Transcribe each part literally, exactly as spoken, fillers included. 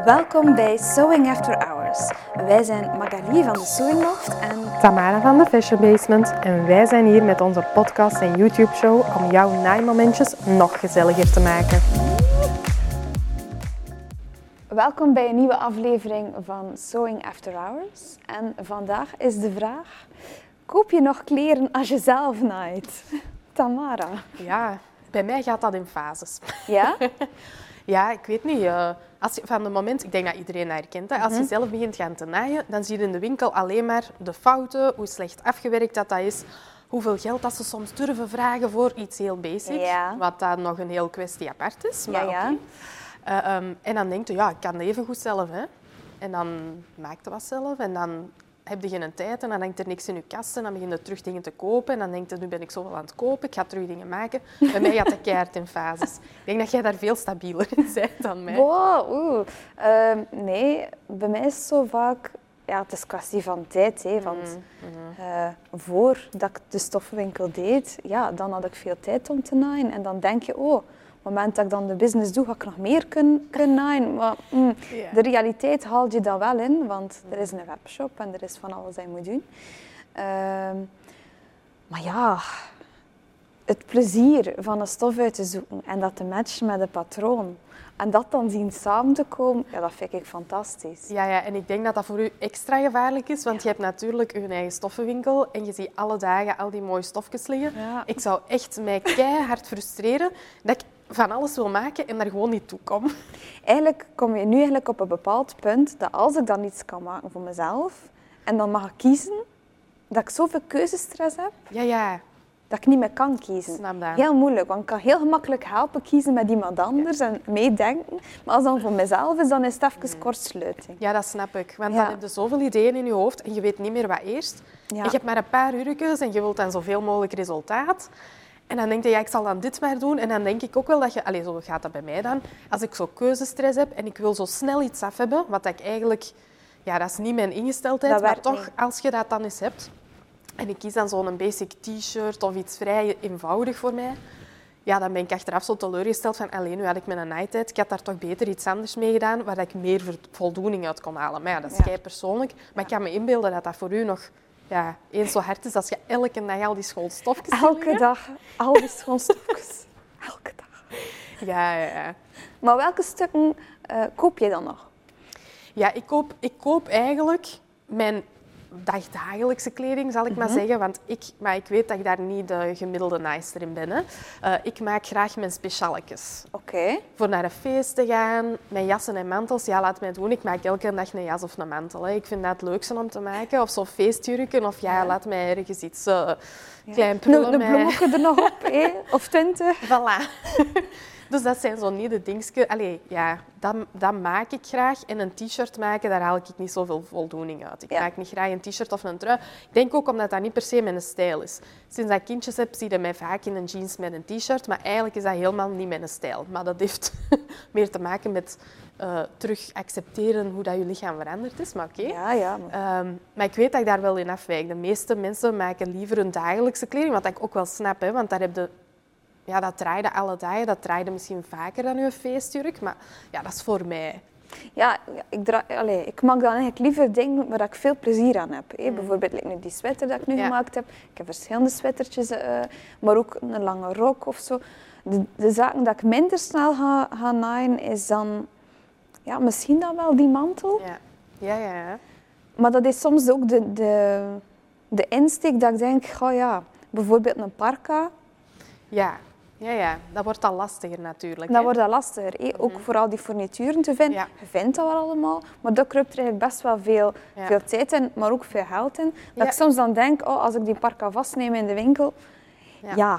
Welkom bij Sewing After Hours. Wij zijn Magali van de Sewing Loft en Tamara van de Fashion Basement en wij zijn hier met onze podcast en YouTube-show om jouw naaimomentjes nog gezelliger te maken. welkom bij een nieuwe aflevering van Sewing After Hours. En vandaag is de vraag, koop je nog kleren als je zelf naait? Tamara. Ja, bij mij gaat dat in fases. Ja? Ja, ik weet niet. Uh, als je, van het moment, ik denk dat iedereen dat herkent, hè, als je Mm-hmm. zelf begint gaan te naaien, dan zie je in de winkel alleen maar de fouten, hoe slecht afgewerkt dat, dat is, hoeveel geld dat ze soms durven vragen voor iets heel basic, Ja. wat dan nog een heel kwestie apart is. Maar Ja, ja. oké. Uh, um, en dan denk je, ja, ik kan het even goed zelf. Hè. En dan maak je wat zelf en dan heb je geen tijd en dan hangt er niks in je kast en dan begin je terug dingen te kopen en dan denk je, nu ben ik zoveel aan het kopen, ik ga terug dingen maken. Bij mij gaat dat keihard in fases. Ik denk dat jij daar veel stabieler in bent dan mij. Wow, oeh. Uh, nee, bij mij is het zo vaak... Ja, het is een kwestie van tijd. Hè, want Mm-hmm. uh, voordat ik de stoffenwinkel deed, ja, dan had ik veel tijd om te naaien. En dan denk je, oh, op het moment dat ik dan de business doe, ga ik nog meer kunnen, kunnen naaien. Maar mm, Ja. de realiteit haalt je dat wel in, want er is een webshop en er is van alles dat je moet doen. Uh, maar ja, het plezier van een stof uit te zoeken en dat te matchen met een patroon. En dat dan zien samen te komen, ja, dat vind ik fantastisch. Ja, ja, en ik denk dat dat voor u extra gevaarlijk is, want je hebt natuurlijk je eigen stoffenwinkel en je ziet alle dagen al die mooie stofjes liggen. Ja. Ik zou echt mij keihard frustreren dat ik van alles wil maken en daar gewoon niet toe kom. Eigenlijk kom je nu eigenlijk op een bepaald punt dat als ik dan iets kan maken voor mezelf en dan mag ik kiezen, dat ik zoveel keuzestress heb, Ja, ja, dat ik niet meer kan kiezen. snap dat. Heel moeilijk, want ik kan heel gemakkelijk helpen kiezen met iemand anders en meedenken. Maar als het dan voor mezelf is, dan is het even kortsluiting. Ja, dat snap ik. Want Ja. dan heb je zoveel ideeën in je hoofd en je weet niet meer wat eerst. Ja. En je hebt maar een paar uurtjes en je wilt dan zoveel mogelijk resultaat. En dan denk je, ja, ik zal dan dit maar doen. En dan denk ik ook wel dat je... Allee, zo gaat dat bij mij dan. Als ik zo keuzestress heb en ik wil zo snel iets af hebben, wat ik eigenlijk... Ja, dat is niet mijn ingesteldheid, Dat maar werkt toch, niet. als je dat dan eens hebt... En ik kies dan zo'n basic t-shirt of iets vrij eenvoudig voor mij. Ja, dan ben ik achteraf zo teleurgesteld van, alleen nu had ik mijn night-tijd. Ik had daar toch beter iets anders mee gedaan, waar ik meer ver- voldoening uit kon halen. Maar ja, dat is Ja. jij persoonlijk. Maar ik kan me inbeelden dat dat voor u nog ja, eens zo hard is als je elke dag al die schoolstofjes ziet Elke liggen. dag, al die schoonstofjes. Elke dag. Ja, ja, ja. Maar welke stukken uh, koop je dan nog? Ja, ik koop, ik koop eigenlijk mijn dagdagelijkse kleding, zal ik maar Mhm. zeggen. Want ik, maar ik weet dat ik daar niet de gemiddelde naaister in ben. Hè. Uh, ik maak graag mijn specialetjes. Oké. Voor naar een feest te gaan, mijn jassen en mantels, ja, laat mij doen. Ik maak elke dag een jas of een mantel. Hè. Ik vind dat het leukste om te maken. Of zo'n feestjurken, of ja, Ja. laat mij ergens iets uh, Ja. klein Een, prullen een mee. bloemetje er nog op, hè? Of twintig. Voilà. Dus dat zijn zo niet de dingetjes. Allee, ja, dat, dat maak ik graag. En een t-shirt maken, daar haal ik niet zoveel voldoening uit. Ik Ja. maak niet graag een t-shirt of een trui. Ik denk ook omdat dat niet per se mijn stijl is. Sinds dat ik kindjes heb, zie je mij vaak in een jeans met een t-shirt. Maar eigenlijk is dat helemaal niet mijn stijl. Maar dat heeft meer te maken met uh, terug accepteren hoe dat je lichaam veranderd is. Maar oké. Ja, ja. Maar... Um, maar ik weet dat ik daar wel in afwijk. De meeste mensen maken liever hun dagelijkse kleding, wat ik ook wel snap, hè, want daar heb je... Ja, dat draaide alle dagen. Dat draaide misschien vaker dan uw feestjurk. Maar ja, dat is voor mij. Ja, ik, dra- Allee, ik maak dan eigenlijk liever dingen waar ik veel plezier aan heb. Hè. Mm. Bijvoorbeeld like nu die sweater dat ik nu Ja. gemaakt heb. Ik heb verschillende sweatertjes, uh, maar ook een lange rok of zo. De, de zaken dat ik minder snel ga, ga naaien, is dan ja, misschien dan wel die mantel. Ja, ja, ja. ja. Maar dat is soms ook de, de, de insteek dat ik denk, oh ja, bijvoorbeeld een parka. Ja, ja, ja. Dat wordt al lastiger natuurlijk. Dan hè. wordt dat lastiger. Hè? Ook voor al die fournituren te vinden. Ja. Je vindt dat wel allemaal, maar dat kruipt er eigenlijk best wel veel, Ja. veel tijd in, maar ook veel geld in. Dat Ja. ik soms dan denk, oh, als ik die parka vastneem in de winkel, Ja. ja.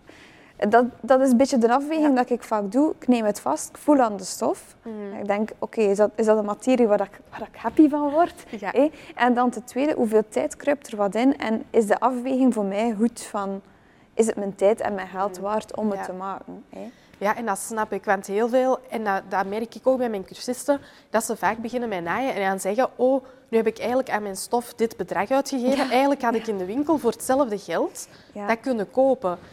Dat, dat is een beetje de afweging Ja. dat ik vaak doe. Ik neem het vast, ik voel aan de stof. Mhm. Ik denk, oké, is, dat, is dat een materie waar ik, waar ik happy van word? Ja. Hè? En dan ten tweede, hoeveel tijd kruipt er wat in? En is de afweging voor mij goed van... Is het mijn tijd en mijn geld waard om het Ja. te maken? Hè? Ja, en dat snap ik. Want heel veel, en dat, dat merk ik ook bij mijn cursisten, dat ze vaak beginnen met naaien en dan zeggen, oh, nu heb ik eigenlijk aan mijn stof dit bedrag uitgegeven. Ja. Eigenlijk had ik in de winkel voor hetzelfde geld Ja. dat kunnen kopen.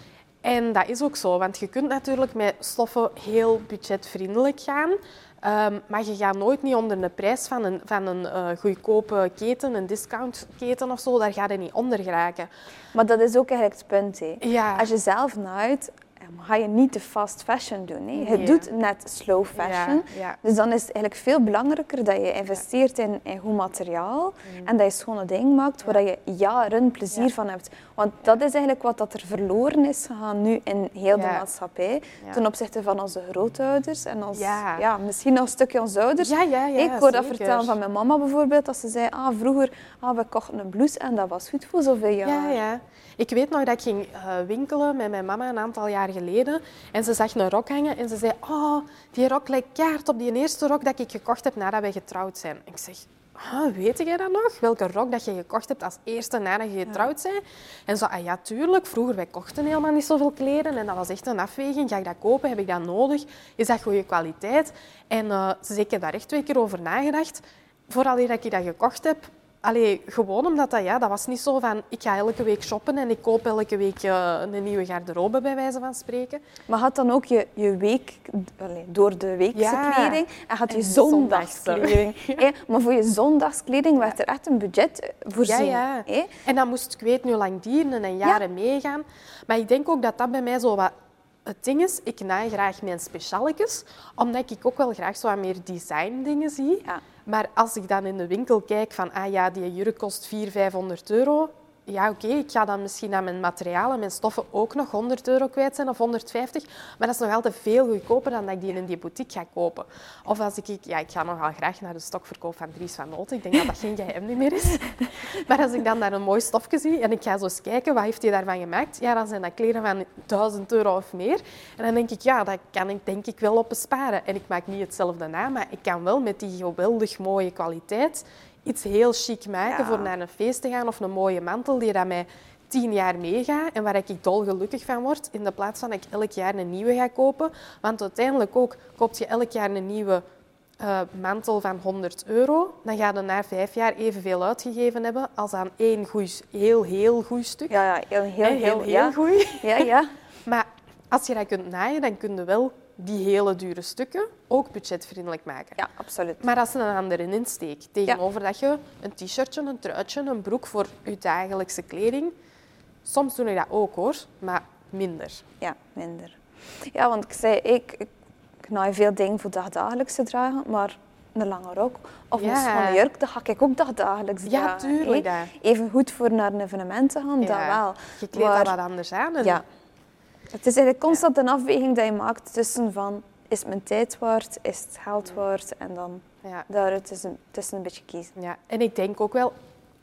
En dat is ook zo, want je kunt natuurlijk met stoffen heel budgetvriendelijk gaan. Um, maar je gaat nooit niet onder de prijs van een, van een uh, goedkope keten, een discountketen of zo, daar ga je niet onder geraken. Maar dat is ook eigenlijk het punt. Hè. Ja. Als je zelf naait, ga je niet de fast fashion doen. Hè. Je Nee. doet net slow fashion. Ja, ja. Dus dan is het eigenlijk veel belangrijker dat je investeert in, in goed materiaal mm. en dat je schone dingen maakt ja. waar je jaren plezier ja. van hebt. Want dat is eigenlijk wat dat er verloren is gegaan nu in heel de ja. maatschappij. Ja. Ten opzichte van onze grootouders en ons, ja. Ja, misschien nog een stukje onze ouders. Ja, ja, ja, ik hoor dat zeker. vertellen van mijn mama bijvoorbeeld. Dat ze zei, ah, vroeger ah, we kochten een blouse en dat was goed voor zoveel jaar. Ja, ja. Ik weet nog dat ik ging uh, winkelen met mijn mama een aantal jaar geleden. En ze zag een rok hangen en ze zei, oh, die rok lijkt kaart op die eerste rok dat ik gekocht heb nadat wij getrouwd zijn. En ik zeg, ah, weet jij dat nog? Welke rok dat je gekocht hebt als eerste nadat je getrouwd bent? En zo, ah ja, tuurlijk. Vroeger, wij kochten helemaal niet zoveel kleren. En dat was echt een afweging. Ga ik dat kopen? Heb ik dat nodig? Is dat goede kwaliteit? En uh, ze zei, ik heb daar echt twee keer over nagedacht. Vooral dat ik dat gekocht heb. Allee, gewoon omdat dat, ja, dat was niet zo van, ik ga elke week shoppen en ik koop elke week uh, een nieuwe garderobe, bij wijze van spreken. Maar had dan ook je, je week, allee, door de weekse ja. kleding en had je en zondagskleding. Ja. Hey, maar voor je zondagskleding werd er echt een budget voorzien. Ja, ja. Hey? En dan moest ik weet nu lang dienen en jaren ja. meegaan. Maar ik denk ook dat dat bij mij zo wat... Het ding is, ik naai graag mijn specialekes, omdat ik ook wel graag zo wat meer design dingen zie. Ja. Maar als ik dan in de winkel kijk van, ah ja, die jurk kost vierhonderd, vijfhonderd euro. Ja, oké, okay, ik ga dan misschien aan mijn materialen, mijn stoffen ook nog honderd euro kwijt zijn of honderdvijftig. Maar dat is nog altijd veel goedkoper dan dat ik die in die boutique ga kopen. Of als ik... Ja, ik ga nogal graag naar de stokverkoop van Dries van Noten. Ik denk dat dat geen geheim niet meer is. Maar als ik dan daar een mooi stofje zie en ik ga zo eens kijken, wat heeft hij daarvan gemaakt? Ja, dan zijn dat kleren van duizend euro of meer. En dan denk ik, ja, dat kan ik denk ik wel op besparen. En ik maak niet hetzelfde na, maar ik kan wel met die geweldig mooie kwaliteit iets heel chic maken ja. voor naar een feest te gaan of een mooie mantel die dat mij tien jaar meegaat en waar ik dolgelukkig van word, in de plaats van dat ik elk jaar een nieuwe ga kopen. Want uiteindelijk ook, koop je elk jaar een nieuwe uh, mantel van honderd euro, dan ga je na vijf jaar evenveel uitgegeven hebben als aan één goeie, heel, heel goed stuk. Ja, ja heel, heel, heel, heel, heel ja. goed. Ja, ja. Maar als je dat kunt naaien, dan kun je wel die hele dure stukken ook budgetvriendelijk maken. Ja, absoluut. Maar dat is een andere insteek. Tegenover ja. dat je een t-shirtje, een truitje, een broek voor je dagelijkse kleding... Soms doe ik dat ook, hoor, maar minder. Ja, minder. Ja, want ik zei, ik, ik, ik naai veel dingen voor dagdagelijks te dragen, maar een lange rok of ja. een schone jurk, dat ga ik ook dagdagelijks ja, dragen. Ja, tuurlijk. Dat. Even goed voor naar een evenement te gaan, ja. dat wel. Je kleedt maar, dat wat anders aan. En... Ja. Het is eigenlijk constant een afweging dat je maakt tussen van, is het mijn tijd waard, is het geld waard? En dan ja. daaruit is een, tussen een beetje kiezen. Ja. En ik denk ook wel,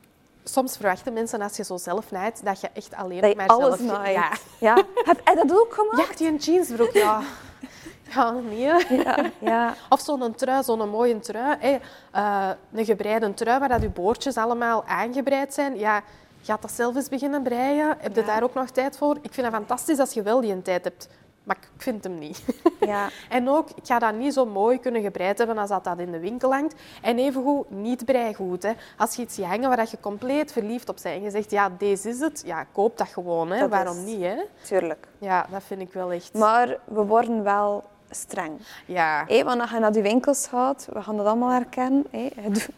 soms verwachten mensen als je zo zelf naait, dat je echt alleen dat je maar alles zelf... naait. Ja. Ja. Heb je dat ook gemaakt? Ja, die een jeansbroek, ja. Ja, nee. Ja, ja. Of zo'n trui, zo'n mooie trui. Hey, uh, een gebreide trui waar dat je boordjes allemaal aangebreid zijn. Ja, je gaat dat zelf eens beginnen breien. Heb je ja. daar ook nog tijd voor? Ik vind het fantastisch als je wel die een tijd hebt. Maar ik vind hem niet. Ja. En ook, ik ga dat niet zo mooi kunnen gebreid hebben als dat, dat in de winkel hangt. En evengoed, niet breigoed. Hè. Als je iets ziet hangen waar je compleet verliefd op bent en je zegt, ja, deze is het, ja, koop dat gewoon. Hè. Dat Waarom is... niet? Hè? Tuurlijk. Ja, dat vind ik wel echt... Maar we worden wel streng. Ja. Hey, want als je naar die winkels gaat, we gaan dat allemaal herkennen. Hey,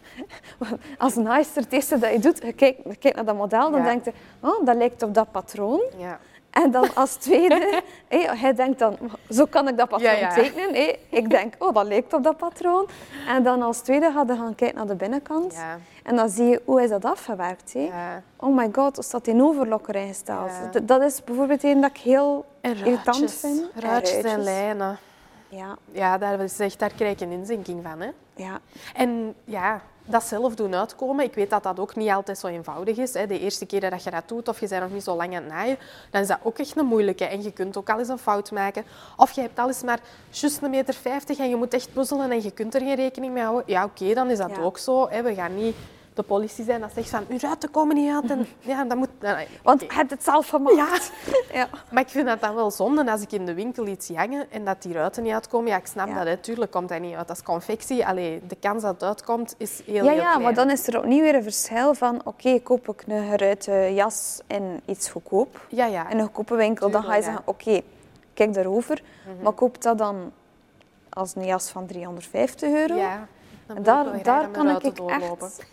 als een naaister het eerste dat je doet, je kijkt, je kijkt naar dat model, dan ja. denk je, oh, dat lijkt op dat patroon. Ja. En dan als tweede, hey, hij denkt dan, zo kan ik dat patroon ja, ja. tekenen. Hey, ik denk, oh, dat lijkt op dat patroon. En dan als tweede ga je gaan kijken naar de binnenkant. Ja. En dan zie je, hoe is dat afgewerkt? Hey? Ja. Oh my god, hoe staat die in overlokker ingesteld? Ja. Dat is bijvoorbeeld een dat ik heel irritant vind. Ruitjes en lijnen. Ja. Ja, daar, is echt, daar krijg je een inzinking van. Hè? Ja. En ja, dat zelf doen uitkomen. Ik weet dat dat ook niet altijd zo eenvoudig is. Hè. De eerste keer dat je dat doet, of je bent nog niet zo lang aan het naaien, dan is dat ook echt een moeilijke. En je kunt ook al eens een fout maken. Of je hebt al eens maar juist een meter vijftig en je moet echt puzzelen en je kunt er geen rekening mee houden. Ja, oké, okay, dan is dat ja. ook zo. Hè. We gaan niet de politie zijn dat zegt van, uw ruiten komen niet uit. En, ja, dat moet... Nee, Want okay. je hebt het zelf gemaakt. Ja. ja. Maar ik vind dat dan wel zonde als ik in de winkel iets zie hangen en dat die ruiten niet uitkomen. Ja, ik snap Ja. dat, hè. Tuurlijk komt dat niet uit. Als confectie, allee, de kans dat het uitkomt is heel, Ja, heel ja, klein. maar dan is er opnieuw weer een verschil van... Oké, okay, koop ik een geruite jas in iets goedkoop. Ja, ja. In een goedkope winkel, dan ga je Tuurlijk, zeggen... Oké, okay, kijk daarover. Mhm. Maar koop dat dan als een jas van driehonderdvijftig euro? Ja, dan wil ik daar wel graag daar aan mijn kan ruiten ik doorlopen. echt...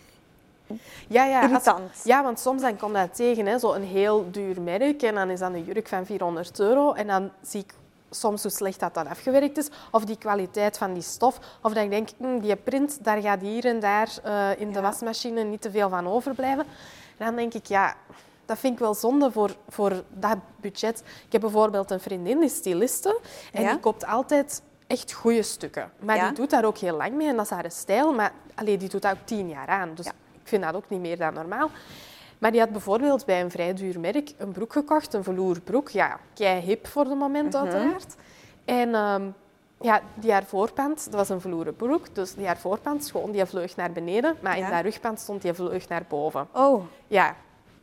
Ja, ja, als- Irritant. ja, want soms dan kom dat tegen, hè, zo'n heel duur merk en dan is dat een jurk van vierhonderd euro en dan zie ik soms hoe slecht dat dan afgewerkt is of die kwaliteit van die stof of dat ik denk, hm, die print, daar gaat hier en daar uh, in de Ja. wasmachine niet te veel van overblijven. En dan denk ik, ja, dat vind ik wel zonde voor, voor dat budget. Ik heb bijvoorbeeld een vriendin, die is styliste en Ja? die koopt altijd echt goede stukken. Maar Ja? die doet daar ook heel lang mee en dat is haar stijl, maar allee, die doet dat ook tien jaar aan. Dus Ja. ik vind dat ook niet meer dan normaal. Maar die had bijvoorbeeld bij een vrij duur merk een broek gekocht, een velourbroek. Ja, kei hip voor de moment Mhm. uiteraard. En um, ja, die haar voorpand, dat was een veloeren broek, dus die haar voorpand, gewoon die vleug naar beneden, maar Ja. in haar rugpand stond die vleug naar boven. Oh, Ja,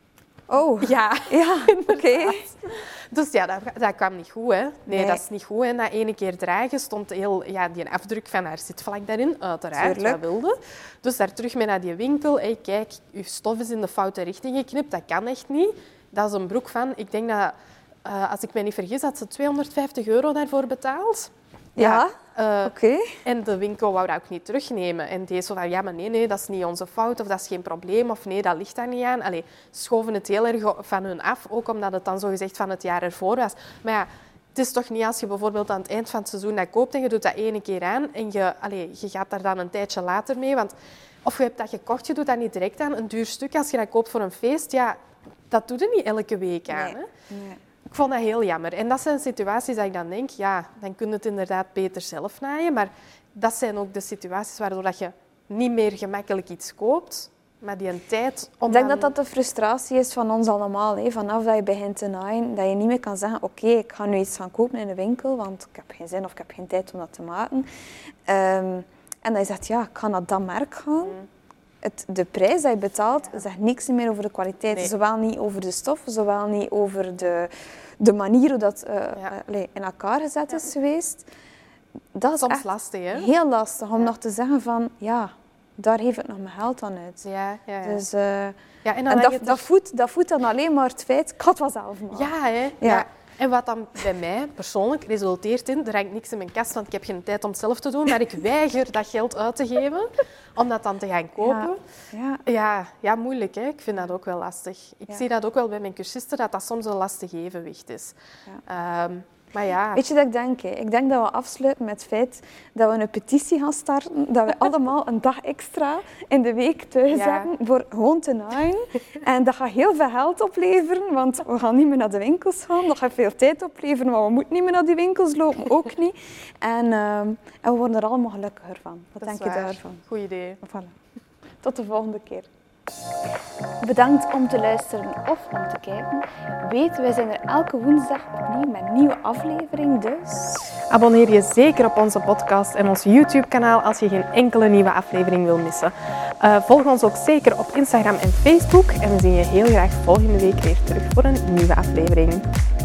oh. ja. Ja, oké. Dus ja, dat, dat kwam niet goed, hè. Nee, Nee. dat is niet goed. En na ene keer dragen stond heel, ja, die afdruk van haar zitvlak daarin, uiteraard, Tuurlijk. wat wilde. Dus daar terug mee naar die winkel. Hey, kijk, uw stof is in de foute richting geknipt, dat kan echt niet. Dat is een broek van, ik denk dat, uh, als ik me niet vergis, had ze tweehonderdvijftig euro daarvoor betaald. Ja, uh, oké. En de winkel wou dat ook niet terugnemen. En die zo van, ja, maar nee, nee, dat is niet onze fout of dat is geen probleem of nee, dat ligt daar niet aan. Allee, schoven het heel erg van hun af, ook omdat het dan zogezegd van het jaar ervoor was. Maar ja, het is toch niet als je bijvoorbeeld aan het eind van het seizoen dat koopt en je doet dat ene keer aan en je, allee, je gaat daar dan een tijdje later mee. Want of je hebt dat gekocht, je doet dat niet direct aan. Een duur stuk, als je dat koopt voor een feest, ja, dat doe je niet elke week aan. Nee. Hè? Nee. Ik vond dat heel jammer. En dat zijn situaties dat ik dan denk, ja, dan kun je het inderdaad beter zelf naaien. Maar dat zijn ook de situaties waardoor dat je niet meer gemakkelijk iets koopt, maar die een tijd om Ik denk dan... dat dat de frustratie is van ons allemaal. Hè. Vanaf dat je begint te naaien, dat je niet meer kan zeggen, oké, okay, ik ga nu iets gaan kopen in de winkel, want ik heb geen zin of ik heb geen tijd om dat te maken. Um, en dat je zegt, ja, ik ga naar dat merk gaan. Mm. Het, de prijs die je betaalt, ja. zegt niks meer over de kwaliteit. Nee. Zowel niet over de stof, zowel niet over de, de manier hoe dat uh, ja. uh, in elkaar gezet is ja. geweest. Dat is soms echt lastig, hè? heel lastig om ja. nog te zeggen van, ja, daar geef ik nog mijn geld aan uit. Ja, ja, ja. Dus, uh, ja, en, en dat, dat, voedt, dat voedt dan alleen maar het feit, ik had het wel zelf maken. Ja, hè? Ja. ja. En wat dan bij mij persoonlijk resulteert in, er hangt niks in mijn kast, want ik heb geen tijd om het zelf te doen, maar ik weiger dat geld uit te geven om dat dan te gaan kopen. Ja, ja. ja, ja moeilijk, hè? Ik vind dat ook wel lastig. Ik ja. zie dat ook wel bij mijn cursisten, dat dat soms een lastig evenwicht is. Ja. Um, maar ja... Weet je dat ik denk? Hè? Ik denk dat we afsluiten met het feit dat we een petitie gaan starten, dat we allemaal een dag extra in de week thuis ja. hebben voor gewoon te naaien. En dat gaat heel veel geld opleveren, want we gaan niet meer naar de winkels gaan. Dat gaat veel tijd opleveren, maar we moeten niet meer naar die winkels lopen, ook niet. En, uh, en we worden er allemaal gelukkiger van. Wat dat denk je daarvan? Goed idee. Voilà. Tot de volgende keer. Bedankt om te luisteren of om te kijken. Weet, wij zijn er elke woensdag opnieuw met een nieuwe aflevering, dus... Abonneer je zeker op onze podcast en ons YouTube-kanaal als je geen enkele nieuwe aflevering wil missen. Uh, volg ons ook zeker op Instagram en Facebook en we zien je heel graag volgende week weer terug voor een nieuwe aflevering.